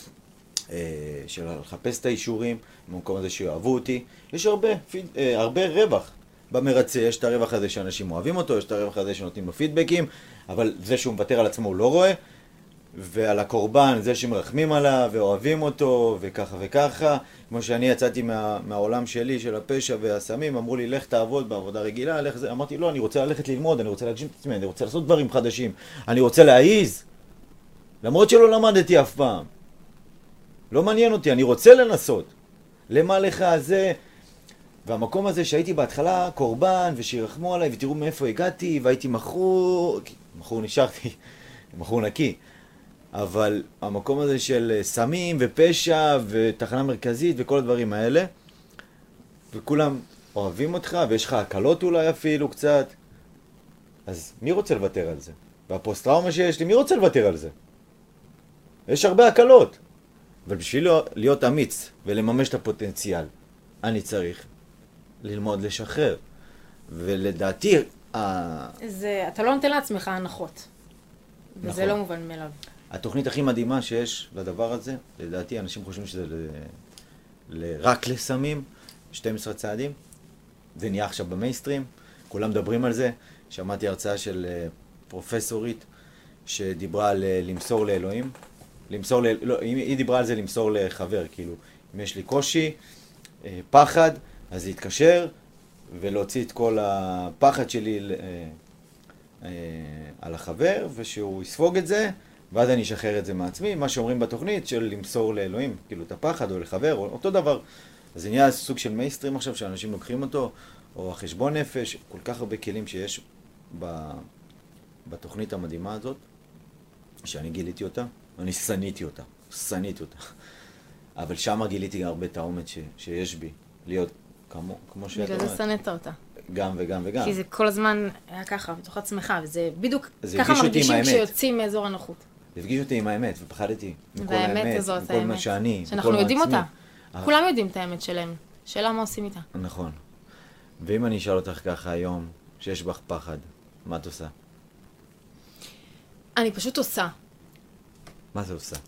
S2: לחפש את האישורים, במקום הזה שיאהבו אותי. יש הרבה רווח. במרצה יש את הרווח הזה שאנשים אוהבים אותו, יש את הרווח הזה שנותנים לו פידבקים, אבל זה שהוא מוותר על עצמו הוא לא רואה, ועל הקורבן זה שמרחמים עליו ואוהבים אותו וככה וככה. כמו שאני יצאתי מהעולם שלי של הפשע והסמים, אמרו לי לך תעבוד בעבודה רגילה, לך זה. אמרתי לא, אני רוצה ללכת ללמוד, אני רוצה להגשים את עצמי, אני רוצה לעשות דברים חדשים, אני רוצה להעיז, למרות שלא למדתי אף פעם, לא מעניין אותי, אני רוצה לנסות. למה לך זה? והמקום הזה שהייתי בהתחלה קורבן ושירחמו עליי ותראו מאיפה הגעתי, והייתי מכור נשארתי, מכור נקי. אבל המקום הזה של סמים ופשע ותחנה מרכזית וכל הדברים האלה, וכולם אוהבים אותך ויש לך הקלות אולי אפילו קצת, אז מי רוצה לוותר על זה? והפוסט-טראומה שיש לי, מי רוצה לוותר על זה? יש הרבה הקלות. אבל בשביל להיות אמיץ ולממש את הפוטנציאל, אני צריך ללמוד לשחרר. ולדעתי,
S1: אתה לא נותן לעצמך הנחות. וזה
S2: נכון.
S1: לא מובן מאליו.
S2: התוכנית הכי מדהימה שיש לדבר הזה, לדעתי אנשים חושבים שזה רק לסמים, 12 צעדים, זה נהיה עכשיו במיינסטרים, כולם מדברים על זה. שמעתי הרצאה של פרופסורית שדיברה על למסור לאלוהים, היא דיברה על זה למסור לחבר, כאילו, אם יש לי קושי, פחד, אז להתקשר ולהוציא את כל הפחד שלי על החבר, ושהוא יספוג את זה, ואז אני אשחרר את זה מעצמי, מה שאומרים בתוכנית של למסור לאלוהים, כאילו את הפחד או לחבר, או אותו דבר. אז זה נהיה סוג של מיינסטרים עכשיו, שאנשים לוקחים אותו, או החשבון נפש, כל כך הרבה כלים שיש בתוכנית המדהימה הזאת, שאני גיליתי אותה, אני שניתי אותה. אבל שם גיליתי הרבה את האומץ שיש בי, להיות כמו שאת אומרת.
S1: בגלל זה שנאת אותה.
S2: גם וגם וגם.
S1: כי זה כל הזמן היה ככה, בתוך עצמך, וזה בדיוק
S2: זה
S1: ככה
S2: הפגיש אותי עם
S1: מרגישים
S2: האמת.
S1: כשיוצאים מאזור הנוחות.
S2: זה הפגיש אותי עם האמת, ופחדתי מכל
S1: והאמת
S2: האמת,
S1: הזאת,
S2: מכל מה שאני,
S1: שאנחנו
S2: מכל
S1: יודעים
S2: מעצמי.
S1: אותה. כולם יודעים את האמת שלהם. שאלה מה עושים איתה.
S2: נכון. ואם אני אשאל אותך ככה היום, שיש בך פחד, מה את עושה?
S1: אני פשוט עושה.
S2: מה זה עושה?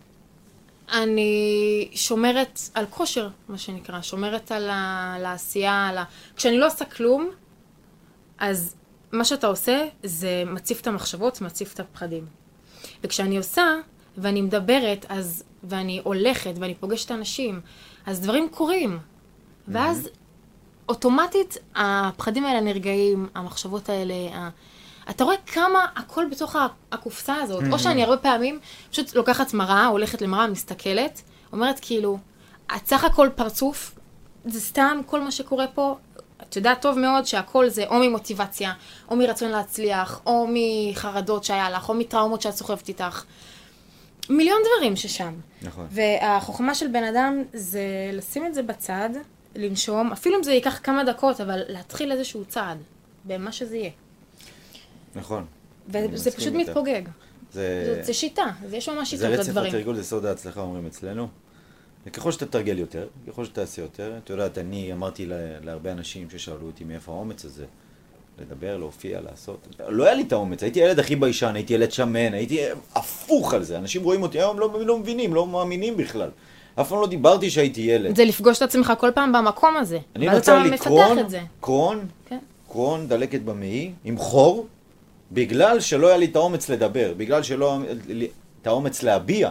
S1: אני שומרת על כושר, מה שנקרא. שומרת על העשייה, כשאני לא עושה כלום, אז מה שאתה עושה זה מציף את המחשבות, מציף את הפחדים. וכשאני עושה, ואני מדברת, ואני הולכת, ואני פוגשת אנשים, אז דברים קורים. ואז אוטומטית הפחדים האלה נרגעים, המחשבות האלה, אתה רואה כמה הכל בתוך הקופסה הזאת. או שאני הרבה פעמים פשוט לוקחת מראה, הולכת למראה, מסתכלת, אומרת כאילו, את סך הכל פרצוף, זה סתם כל מה שקורה פה, את יודעת טוב מאוד שהכל זה או ממוטיבציה, או מרצון להצליח, או מחרדות שהיה לך, או מטראומות שאת סוחבת איתך. מיליון דברים ששם.
S2: נכון.
S1: והחוכמה של בן אדם זה לשים את זה בצד, לנשום, אפילו אם זה ייקח כמה דקות, אבל להתחיל איזשהו צעד, במה שזה יהיה.
S2: נכון.
S1: וזה פשוט מתפוגג. זה שיטה, יש ממש שיטות לדברים.
S2: זה רצף התרגול, זה סוד ההצלחה, אומרים אצלנו. וככל שאתה תרגל יותר, ככל שאתה תעשה יותר, אתה יודעת, אני אמרתי להרבה אנשים ששאלו אותי מאיפה האומץ הזה, לדבר, להופיע, לעשות. לא היה לי את האומץ, הייתי ילד הכי ביישן, הייתי ילד שמן, הייתי הפוך על זה. אנשים רואים אותי היום, לא מבינים, לא מאמינים בכלל. אף פעם לא דיברתי שהייתי ילד.
S1: זה לפגוש את עצמך כל פעם במקום הזה.
S2: אני
S1: ואז
S2: נוצר
S1: אתה
S2: לי
S1: מפתח את זה. כן.
S2: קרון, דלקת במעי, עם חור, בגלל שלא היה לי את האומץ לדבר, בגלל שלא היה לי את האומץ להביע.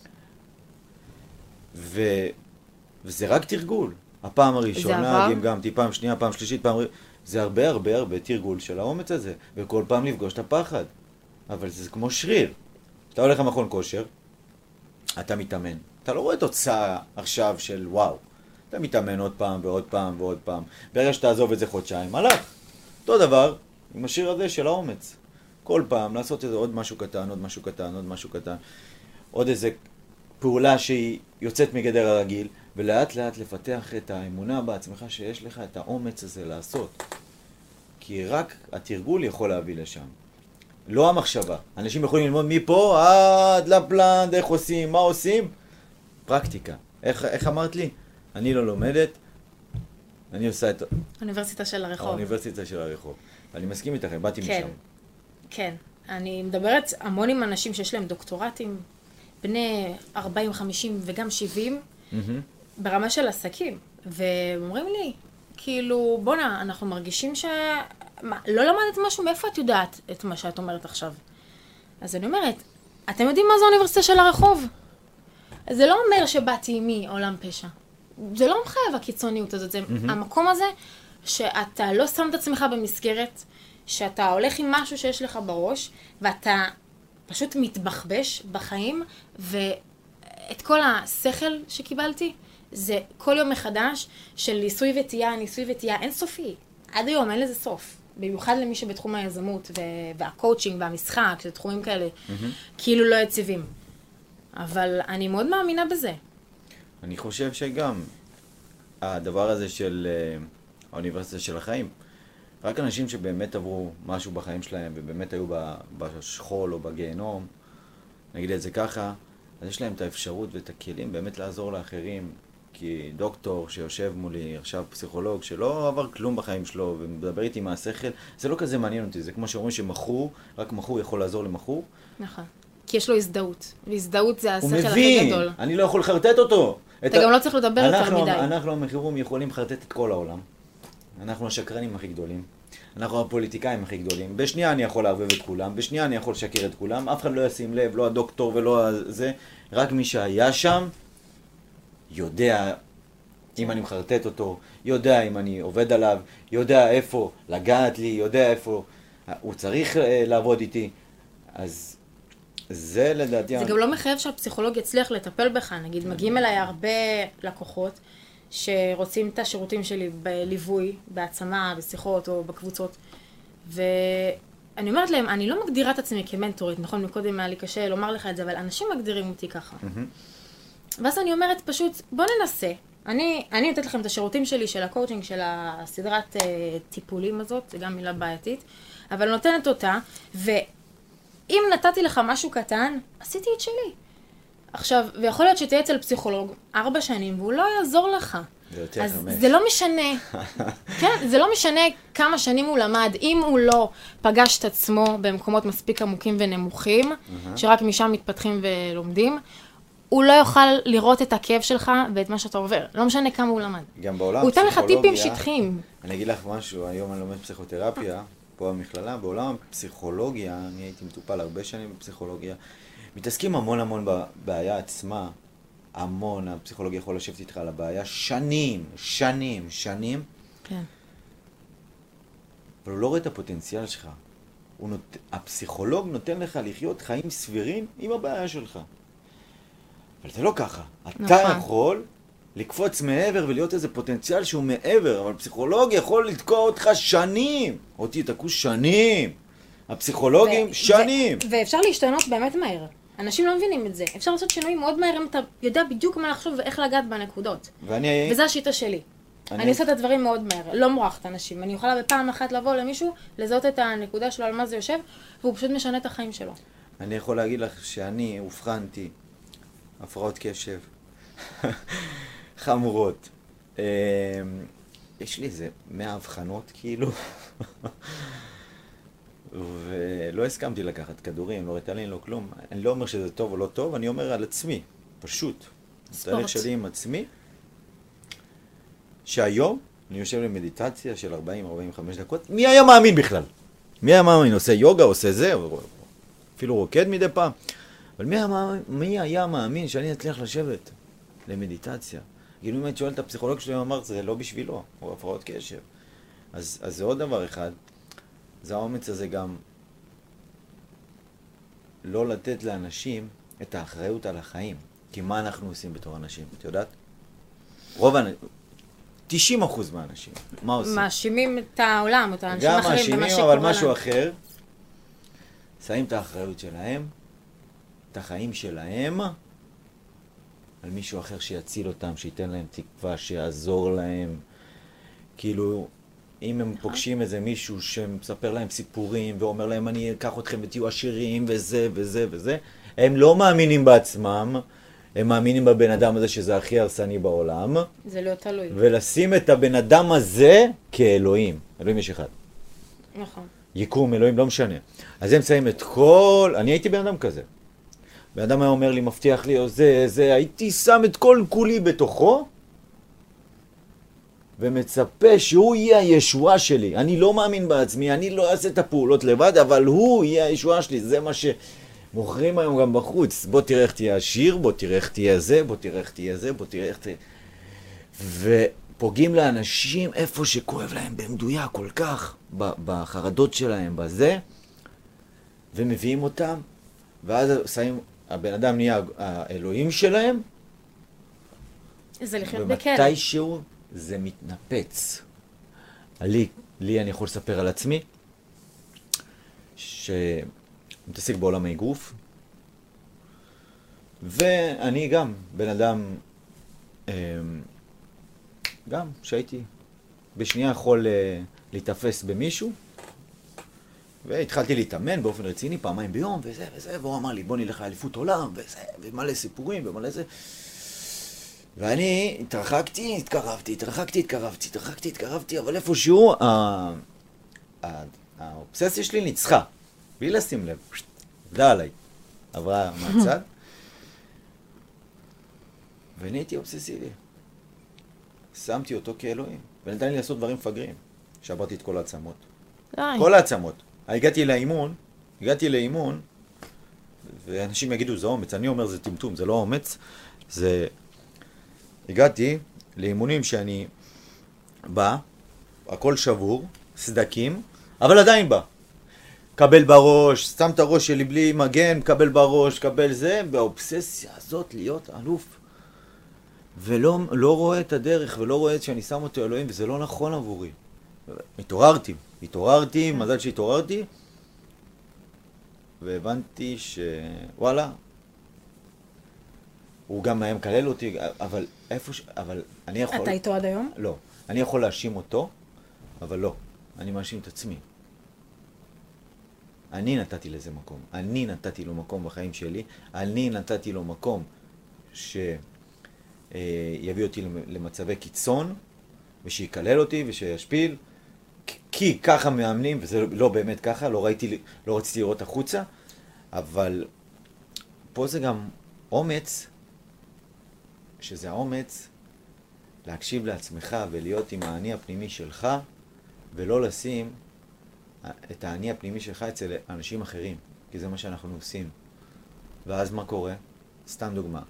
S2: וזה רק תרגול. הפעם הראשונה, גמגמתי, פעם שנייה, פעם שלישית, זה הרבה הרבה הרבה תרגול של האומץ הזה, וכל פעם לפגוש את הפחד. אבל זה כמו שריר. אתה הולך למכון כושר, אתה מתאמן. אתה לא רואה תוצאה עכשיו של וואו. אתה מתאמן עוד פעם ועוד פעם ועוד פעם. ברגע שתעזוב את זה חודשיים, הלך. אותו דבר עם השיר הזה של האומץ. כל פעם לעשות איזה עוד משהו קטן, עוד משהו קטן, עוד משהו קטן. עוד איזה פעולה שהיא יוצאת מגדר הרגיל, ולאט לאט לפתח את האמונה בעצמך שיש לך את האומץ הזה לעשות. כי רק התרגול יכול להביא לשם. לא המחשבה. אנשים יכולים ללמוד מפה עד לפלנד, איך עושים, מה עושים? פרקטיקה. איך אמרת לי? אני לא לומדת, אני עושה את...
S1: האוניברסיטה של הרחוב.
S2: האוניברסיטה של הרחוב. אני מסכים איתך, באתי משם.
S1: כן. אני מדברת המון עם אנשים שיש להם דוקטורטים, בני 40, 50 וגם 70, ברמה של עסקים. ואומרים לי, כאילו, בונה, אנחנו מרגישים לא למדת משהו, מאיפה את יודעת את מה שאת אומרת עכשיו? אז אני אומרת, אתם יודעים מה זה האוניברסיטה של הרחוב? זה לא אומר שבאתי מעולם פשע. זה לא מחייב הקיצוניות הזאת. זה המקום הזה שאתה לא שם את עצמך במסגרת, שאתה הולך עם משהו שיש לך בראש, ואתה פשוט מתבחבש בחיים, ואת כל השכל שקיבלתי, זה כל יום מחדש של ניסוי וטעייה אינסופי. עד היום אין לזה סוף. במיוחד למי שבתחום היזמות והקואוצ'ינג והמשחק, שזה תחומים כאלה, כאילו לא יציבים. אבל אני מאוד מאמינה בזה.
S2: אני חושב שגם הדבר הזה של האוניברסיטה של החיים, רק אנשים שבאמת עברו משהו בחיים שלהם ובאמת היו בשכול או בגיהנום, נגיד את זה ככה, אז יש להם את האפשרות ואת הכלים באמת לעזור לאחרים. כי דוקטור שיושב מולי, עכשיו פסיכולוג, שלא עבר כלום בחיים שלו ומדבר איתי מהשכל, זה לא כזה מעניין אותי. זה כמו שאומרים שמחור, רק מחור יכול לעזור למחור.
S1: נכון. כי יש לו הזדהות. והזדהות זה השכל הכי גדול.
S2: הוא מבין, אני לא יכול לחרטט אותו.
S1: אתה גם לא צריך לדבר יותר מדי.
S2: אנחנו המחירום יכולים לחרטט את כל העולם. אנחנו השקרנים הכי גדולים. אנחנו הפוליטיקאים הכי גדולים. בשנייה אני יכול לערבב את כולם, בשנייה אני יכול לשקר את כולם. אף אחד לא ישים לב, לא הדוקטור ולא זה. רק מי שהיה שם יודע אם אני מחרטט אותו, יודע אם אני עובד עליו, יודע איפה לגעת לי, יודע איפה הוא צריך לעבוד איתי. אז זה לדעתי...
S1: זה גם לא מחייב שהפסיכולוג יצליח לטפל בך. נגיד, מגיעים אליי הרבה לקוחות שרוצים את השירותים שלי בליווי, בהעצמה, בשיחות או בקבוצות. ואני אומרת להם, אני לא מגדירה את עצמי כמנטורית, נכון? מקודם היה לי קשה לומר לך את זה, אבל אנשים מגדירים אותי ככה. ואז אני אומרת פשוט, בוא ננסה. אני נותנת לכם את השירותים שלי, של הקואוצ'ינג, של הסדרת טיפולים הזאת, זה גם מילה בעייתית, אבל נותנת אותה, ואם נתתי לך משהו קטן, עשיתי את שלי. עכשיו, ויכול להיות שתהיה אצל פסיכולוג 4 שנים, והוא לא יעזור לך. אז זה לא משנה, כן, זה לא משנה כמה שנים הוא למד, אם הוא לא פגש את עצמו במקומות מספיק עמוקים ונמוכים, שרק משם מתפתחים ולומדים, הוא לא יוכל לראות את הכאב שלך ואת מה שאתה עובר. לא משנה כמה הוא למד.
S2: גם בעולם
S1: הוא ייתן לך טיפים שטחיים.
S2: אני אגיד לך משהו, היום אני לומד פסיכותרפיה, פה במכללה, בעולם הפסיכולוגיה, אני הייתי מטופל הרבה שנים בפסיכולוגיה, מתעסקים המון בבעיה עצמה, המון, הפסיכולוג יכול לשבת איתך על הבעיה שנים.
S1: כן.
S2: אבל הוא לא רואה את הפוטנציאל שלך. הפסיכולוג נותן לך לחיות חיים סבירים עם הבעיה שלך. אבל זה לא ככה. אתה יכול לקפוץ מעבר ולהיות איזה פוטנציאל שהוא מעבר, אבל פסיכולוג יכול לתקוע אותך שנים. אותי תקעו שנים. הפסיכולוגים שנים.
S1: ואפשר להשתנות באמת מהר. אנשים לא מבינים את זה. אפשר לעשות שינויים מאוד מהר אם אתה יודע בדיוק מה לחשוב ואיך לגעת בנקודות. וזה השיטה שלי. אני עושה את הדברים מאוד מהר. לא מורחת אנשים. אני יכולה בפעם אחת לבוא למישהו, לזהות את הנקודה שלו על מה זה יושב, והוא פשוט משנה את החיים שלו.
S2: אני יכול להגיד לך שאני אובחנתי הפרעות קשב חמורות. יש לי איזה 100 הבחנות כאילו. ולא הסכמתי לקחת כדורים, לא ריטלין, לא כלום. אני לא אומר שזה טוב או לא טוב, אני אומר על עצמי, פשוט. התהליך שלי עם עצמי, שהיום אני יושב למדיטציה של 40-45 דקות, מי היה מאמין בכלל? מי היה מאמין? עושה יוגה, עושה זה, אפילו רוקד מדי פעם. אבל מי היה מאמין שאני אצליח לשבת למדיטציה? כאילו אם היית שואל את הפסיכולוג שלי, הוא אמר, זה לא בשבילו, הוא הפרעות קשב. אז זה עוד דבר אחד, זה האומץ הזה גם לא לתת לאנשים את האחריות על החיים. כי מה אנחנו עושים בתור אנשים? את יודעת? 90% מהאנשים, מה עושים?
S1: מאשימים את העולם, את האנשים
S2: גם
S1: אחרים, במה
S2: מאשימים,
S1: שקורה
S2: אבל
S1: להם.
S2: משהו אחר. שמים את האחריות שלהם, את החיים שלהם, על מישהו אחר שיציל אותם, שייתן להם תקווה, שיעזור להם. כאילו, אם הם פוגשים איזה מישהו שמספר להם סיפורים, ואומר להם, אני אקח אתכם ותהיו עשירים, וזה וזה וזה, הם לא מאמינים בעצמם, הם מאמינים בבן אדם הזה שזה הכי הרסני בעולם.
S1: זה לא תלוי.
S2: ולשים את הבן אדם הזה כאלוהים. אלוהים יש אחד.
S1: נכון.
S2: יקום, אלוהים, לא משנה. אז הם שמים את כל... אני הייתי בן אדם כזה. בן אדם היה אומר לי, מבטיח לי, או זה, הייתי שם את כל כולי בתוכו, ומצפה שהוא יהיה הישועה שלי. אני לא מאמין בעצמי, אני לא אעשה את הפעולות לבד, אבל הוא יהיה הישועה שלי. זה מה שמוכרים היום גם בחוץ. בוא תראה איך תהיה עשיר, בוא תראה איך תהיה זה, בוא תראה איך תהיה זה, בוא תראה איך תהיה... ופוגעים לאנשים איפה שכואב להם במדויק כל כך, בחרדות שלהם, בזה, ומביאים אותם, ואז הבן אדם נהיה האלוהים שלהם,
S1: זה לחיות בכלא.
S2: ומתישהו זה מתנפץ. לי אני יכול לספר על עצמי, שמתעסק בעולם האגרוף, ואני גם בן אדם, גם שהייתי בשנייה יכול להתאפס במישהו, והתחלתי להתאמן באופן רציני פעמיים ביום וזה וזה, והוא אמר לי בוא נלך לאליפות עולם וזה, ומלא סיפורים ומלא זה, ואני התרחקתי, התקרבתי, אבל איפשהו האובססיה שלי ניצחה, בלי לשים לב, עבדה עליי, עברה מהצד, ואני הייתי אובססיבי. שמתי אותו כאלוהים, ונתן לי לעשות דברים מפגרים. שברתי את כל העצמות. כל העצמות. הגעתי לאימון, ואנשים יגידו, זה אומץ. אני אומר, זה טמטום, זה לא אומץ. זה... הגעתי לאימונים שאני בא, הכל שבור, סדקים, אבל עדיין בא. קבל בראש, שם את הראש שלי בלי מגן, קבל בראש, קבל זה, באובססיה הזאת להיות אלוף. ולא רואה את הדרך, ולא רואה שאני שם אותו אלוהים, וזה לא נכון עבורי. התעוררתי, מזל שהתעוררתי, והבנתי שוואלה, הוא גם היה מקלל אותי, אבל אבל אני יכול...
S1: אתה איתו עד היום?
S2: לא. אני יכול להאשים אותו, אבל לא. אני מאשים את עצמי. אני נתתי לזה מקום. אני נתתי לו מקום בחיים שלי. אני נתתי לו מקום יביא אותי למצבי קיצון, ושיקלל אותי ושישפיל, כי ככה מאמנים, וזה לא באמת ככה, לא רציתי לראות החוצה, אבל פה זה גם אומץ, שזה האומץ להקשיב לעצמך ולהיות עם האני הפנימי שלך, ולא לשים את האני הפנימי שלך אצל אנשים אחרים, כי זה מה שאנחנו עושים. ואז מה קורה? סתם דוגמה.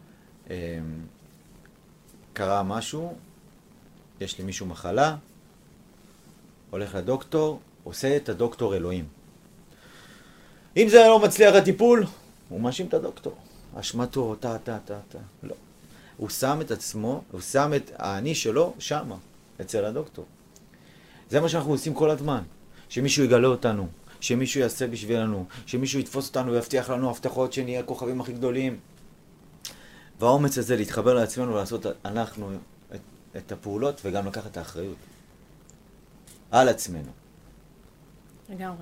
S2: קרה משהו, יש לי מישהו מחלה, הולך לדוקטור, עושה את הדוקטור אלוהים. אם זה לא מצליח הטיפול, הוא מאשים את הדוקטור. אשמתו, לא. הוא שם את עצמו, הוא שם את האני שלו שמה, אצל הדוקטור. זה מה שאנחנו עושים כל הזמן. שמישהו יגלה אותנו, שמישהו יעשה בשבילנו, שמישהו יתפוס אותנו ויבטיח לנו הבטחות שנהיה הכוכבים הכי גדולים. והאומץ הזה להתחבר לעצמנו ולעשות אנחנו את הפעולות וגם לקחת את האחריות על עצמנו.
S1: לגמרי.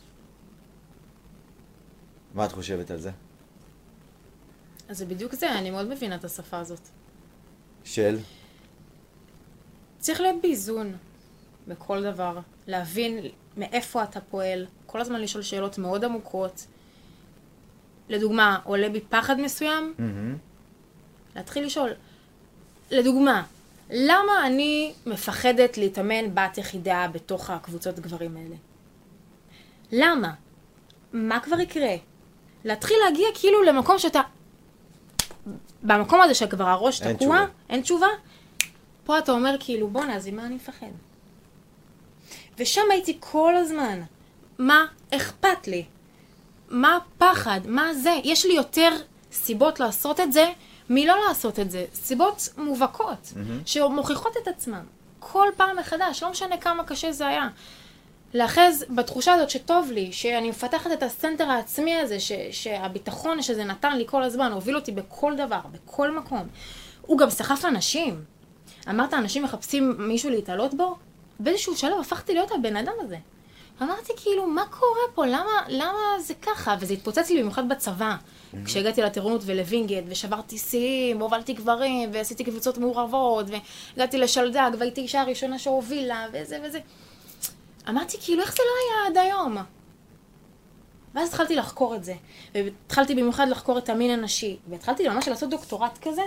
S2: מה את חושבת על זה?
S1: אז זה בדיוק זה, אני מאוד מבינה את השפה הזאת.
S2: של?
S1: צריך להיות באיזון בכל דבר, להבין מאיפה אתה פועל, כל הזמן לשאול שאלות מאוד עמוקות. לדוגמה, עולה בי פחד מסוים, להתחיל לשאול, לדוגמה, למה אני מפחדת להתאמן בת יחידה בתוך הקבוצות גברים האלה? למה? מה כבר יקרה? להתחיל להגיע כאילו למקום שאתה... במקום הזה שכבר הראש תקוע, אין תשובה. פה אתה אומר כאילו, בוא נעזי, מה אני מפחד? ושם הייתי כל הזמן. מה אכפת לי? מה הפחד? מה זה? יש לי יותר סיבות לעשות את זה, מלא לעשות את זה. סיבות מובהקות, שמוכיחות את עצמם. כל פעם מחדש, לא משנה כמה קשה זה היה. לאחז בתחושה הזאת שטוב לי, שאני מפתחת את הסנטר העצמי הזה, שהביטחון שזה נתן לי כל הזמן, הוביל אותי בכל דבר, בכל מקום. הוא גם סחף אנשים. אמרת, אנשים מחפשים מישהו להתעלות בו? באיזשהו שלב הפכתי להיות הבן אדם הזה. אמרתי כאילו, מה קורה פה? למה זה ככה? וזה התפוצץ לי במיוחד בצבא. כשהגעתי לטירונות ולווינגייט, ושברתי שיאים, הובלתי גברים, ועשיתי קבוצות מעורבות, והגעתי לשלדג, והייתי אישה הראשונה שהובילה, וזה וזה. אמרתי כאילו, איך זה לא היה עד היום? ואז התחלתי לחקור את זה. והתחלתי במיוחד לחקור את המין הנשי. והתחלתי ממש לעשות דוקטורט כזה,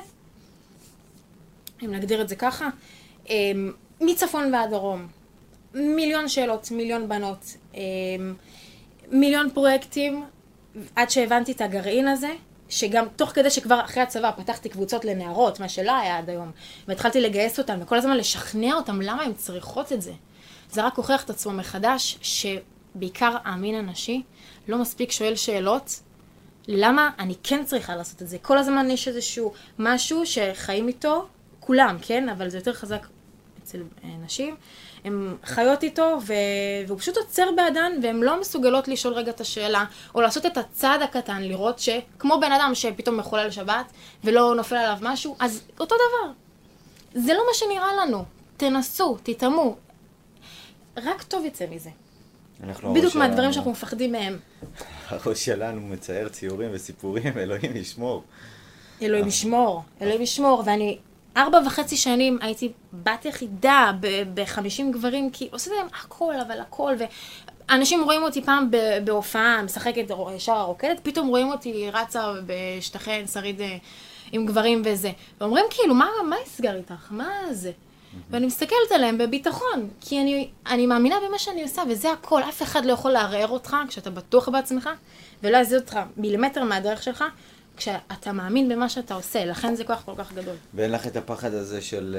S1: אם נגדיר את זה ככה, מצפון ועד דרום. מיליון שאלות, מיליון בנות, מיליון פרויקטים, עד שהבנתי את הגרעין הזה, שגם תוך כדי שכבר אחרי הצבא פתחתי קבוצות לנערות, מה שלא היה עד היום, והתחלתי לגייס אותם, וכל הזמן לשכנע אותם למה הם צריכות את זה. זה רק הוכיח את עצמו מחדש, שבעיקר המין הנשי לא מספיק שואל שאלות, למה אני כן צריכה לעשות את זה. כל הזמן יש איזשהו משהו שחיים איתו, כולם, כן? אבל זה יותר חזק אצל נשים. הן חיות איתו, והוא פשוט עוצר בעדן, והן לא מסוגלות לשאול רגע את השאלה, או לעשות את הצעד הקטן, לראות שכמו בן אדם שפתאום מחולל שבת, ולא נופל עליו משהו, אז אותו דבר. זה לא מה שנראה לנו. תנסו, תתאמו. רק טוב יצא מזה. בדיוק מהדברים שאנחנו מפחדים מהם.
S2: הראש שלנו מצייר ציורים וסיפורים, אלוהים ישמור.
S1: אלוהים ישמור, אלוהים ישמור, ואני 4.5 שנים הייתי בת יחידה ב50 גברים, כי עושה להם הכל, אבל הכל, ואנשים רואים אותי פעם בהופעה, משחקת שרה רוקדת, פתאום רואים אותי רצה בשטחן, שריד עם גברים וזה, ואומרים כאילו, מה יסגר איתך? מה זה? ואני מסתכלת עליהם בביטחון, כי אני מאמינה במה שאני עושה, וזה הכל, אף אחד לא יכול לערער אותך כשאתה בטוח בעצמך, ולא יזיז אותך מילימטר מהדרך שלך, כשאתה מאמין במה שאתה עושה, לכן זה כוח כל כך גדול.
S2: ואין לך את הפחד הזה של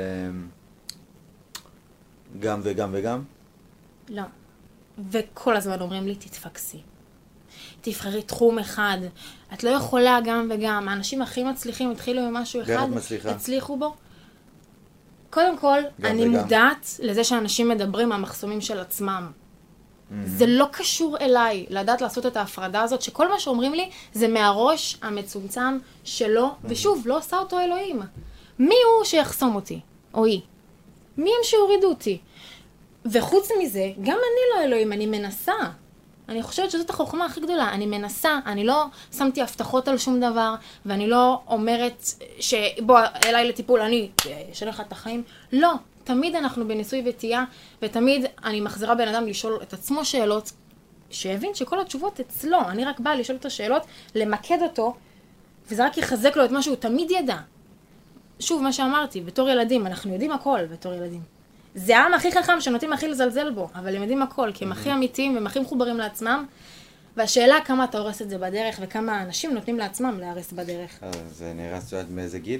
S2: גם וגם וגם?
S1: לא. וכל הזמן אומרים לי, תתפקסי. תבחרי תחום אחד. את לא יכולה גם וגם. האנשים הכי מצליחים התחילו עם משהו אחד, הצליחו בו. קודם כל, אני מודעת לזה שאנשים מדברים מהמחסומים של עצמם. זה לא קשור אליי, לדעת לעשות את ההפרדה הזאת, שכל מה שאומרים לי זה מהראש המצומצם שלו, ושוב, לא עושה אותו אלוהים. מי הוא שיחסום אותי? או היא? מי הם שהורידו אותי? וחוץ מזה, גם אני לא אלוהים, אני מנסה. אני חושבת שזאת החוכמה הכי גדולה, אני מנסה, אני לא שמתי הבטחות על שום דבר, ואני לא אומרת שבוא אליי לטיפול, אני אשאל לך את החיים. לא. תמיד אנחנו בניסוי וטעייה, ותמיד אני מחזירה בן אדם לשאול את עצמו שאלות, שיבין שכל התשובות אצלו. אני רק באה לשאול את השאלות, למקד אותו, וזה רק יחזק לו את מה שהוא תמיד ידע. שוב, מה שאמרתי, בתור ילדים, אנחנו יודעים הכל בתור ילדים. זה העם הכי חכם שנוטים הכי לזלזל בו, אבל הם יודעים הכל, כי הם הכי אמיתיים והם הכי מחוברים לעצמם, והשאלה כמה אתה הורס את זה בדרך, וכמה אנשים נותנים לעצמם להרס בדרך.
S2: זה נראה מאיזה גיל?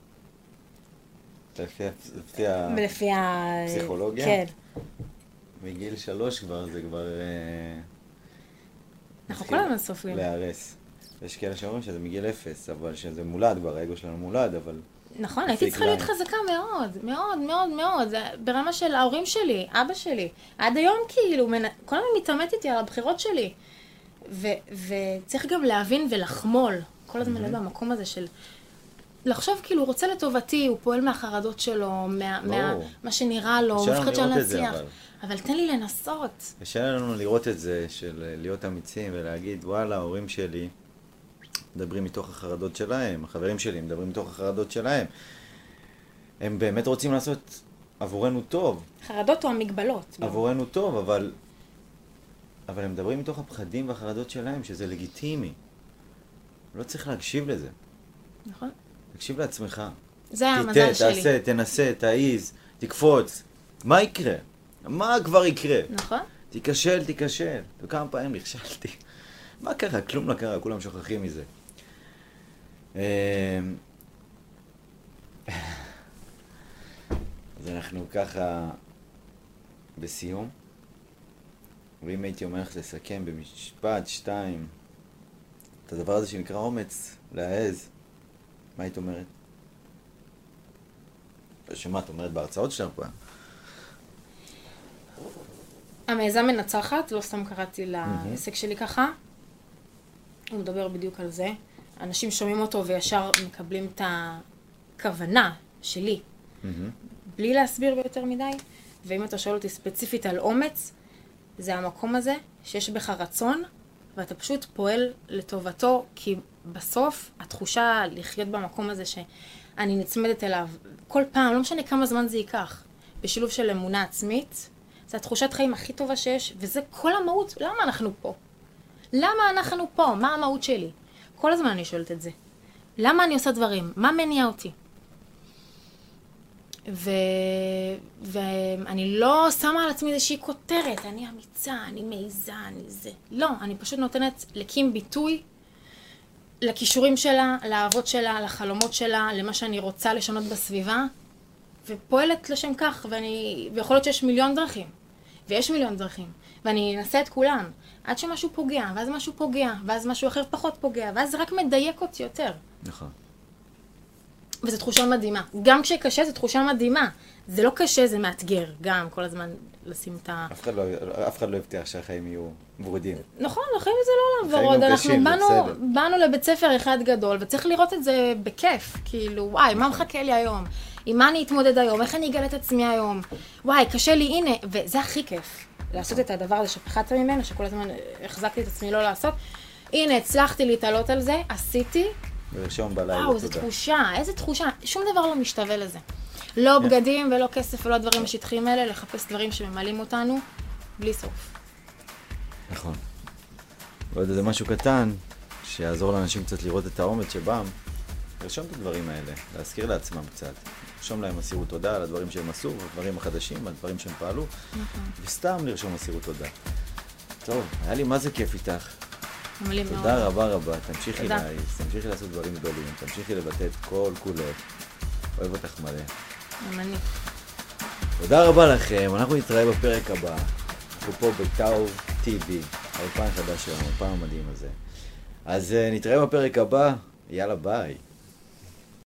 S1: לפי
S2: הפסיכולוגיה?
S1: כן.
S2: מגיל 3 כבר, זה כבר...
S1: אנחנו כל הזמן סופרים.
S2: להרס. יש כאלה שאומרים שזה מגיל 0, אבל שזה מולד, כבר האגו שלנו מולד, אבל...
S1: נכון, הייתי צריכה להיות חזקה מאוד, מאוד, מאוד, מאוד. ברמה של ההורים שלי, אבא שלי. עד היום כאילו, כל הזמן מתאמת איתי על הבחירות שלי. וצריך גם להבין ולחמול. כל הזמן להיות במקום הזה של... לחשוב כאילו הוא רוצה לטובתי, הוא פועל מהחרדות שלו, מה שנראה לו, הוא מפחד שאני להצליח. אבל תן לי לנסות.
S2: קשה לנו לראות את זה, של להיות אמיצים ולהגיד, וואלה, ההורים שלי מדברים מתוך החרדות שלהם, החברים שלי מדברים מתוך החרדות שלהם. הם באמת רוצים לעשות עבורנו טוב.
S1: חרדות או המגבלות.
S2: עבורנו טוב, אבל הם מדברים מתוך הפחדים והחרדות שלהם, שזה לגיטימי. לא צריך להקשיב לזה.
S1: נכון.
S2: תקשיב לעצמך.
S1: זה המזל שלי.
S2: תעשה, תנסה, תעיז, תקפוץ. מה יקרה? מה כבר יקרה?
S1: נכון.
S2: תיכשל. וכמה פעמים נכשלתי. מה קרה? כלום לא קרה, כולם שוכחים מזה. אז אנחנו ככה בסיום. ואם הייתי אומר לך לסכם במשפט, 2, את הדבר הזה שנקרא אומץ, להעז, מה היית אומרת? שמה את אומרת בהרצאות שלך פה?
S1: המעיזה מנצחת, לא סתם קראתי לעסק שלי ככה. הוא מדבר בדיוק על זה. אנשים שומעים אותו וישר מקבלים את הכוונה שלי, בלי להסביר ביותר מדי. ואם אתה שואל אותי ספציפית על אומץ, זה המקום הזה שיש בך רצון, ואתה פשוט פועל לטובתו, כי בסוף התחושה לחיות במקום הזה שאני נצמדת אליו, כל פעם, לא משנה כמה זמן זה ייקח, בשילוב של אמונה עצמית, זה התחושת חיים הכי טובה שיש, וזה כל המהות. למה אנחנו פה? למה אנחנו פה? מה המהות שלי? כל הזמן אני שואלת את זה. למה אני עושה דברים? מה מניע אותי? ואני לא שמה על עצמי איזושהי כותרת, אני אמיצה, אני מעיזה, אני זה. לא, אני פשוט נותנת לקים ביטוי לכישורים שלה, לאהבות שלה, לחלומות שלה, למה שאני רוצה לשנות בסביבה, ופועלת לשם כך, ויכול להיות שיש מיליון דרכים, ויש מיליון דרכים, ואני אנסה את כולם, עד שמשהו פוגע, ואז משהו פוגע, ואז משהו אחר פחות פוגע, ואז זה רק מדייק אותי יותר.
S2: נכון.
S1: וזו תחושה מדהימה. גם כשקשה זו תחושה מדהימה. זה לא קשה, זה מאתגר. גם כל הזמן לשים את ה...
S2: אף אחד לא הבטיח שהחיים יהיו ורודים.
S1: נכון, החיים זה לא ורוד. אנחנו באנו לבית ספר אחד גדול, וצריך לראות את זה בכיף. כאילו, וואי, מה מחכה לי היום? עם מה אני אתמודד היום? איך אני אגלה את עצמי היום? וואי, קשה לי, הנה. וזה הכי כיף. לעשות את הדבר הזה שפחדת ממנו, שכל הזמן החזקתי את עצמי לא לעשות. הנה, הצלחתי להתעלות על זה, עשיתי.
S2: ולרשום בלילה.
S1: וואו, איזו תחושה, איזה תחושה. שום דבר לא משתווה לזה. לא בגדים ולא כסף ולא הדברים השטחיים האלה, לחפש דברים שממלאים אותנו, בלי סוף.
S2: נכון. ועוד איזה משהו קטן, שיעזור לאנשים קצת לראות את האומץ שבם, לרשום את הדברים האלה, להזכיר לעצמם קצת. לרשום להם מסירות תודה על הדברים שהם עשו, על הדברים החדשים, על הדברים שהם פעלו, וסתם לרשום מסירות תודה. טוב, היה לי מה זה כיף איתך. תודה רבה, תמשיכי להעיז, תמשיכי לעשות דברים גדולים, תמשיכי לבטא את כל כולך. אוהב אותך מלא.
S1: אני.
S2: תודה רבה לכם, אנחנו נתראה בפרק הבא. אנחנו פה בטאו TV, האולפן החדש שלנו, האולפן המדהים הזה. אז נתראה בפרק הבא, יאללה ביי.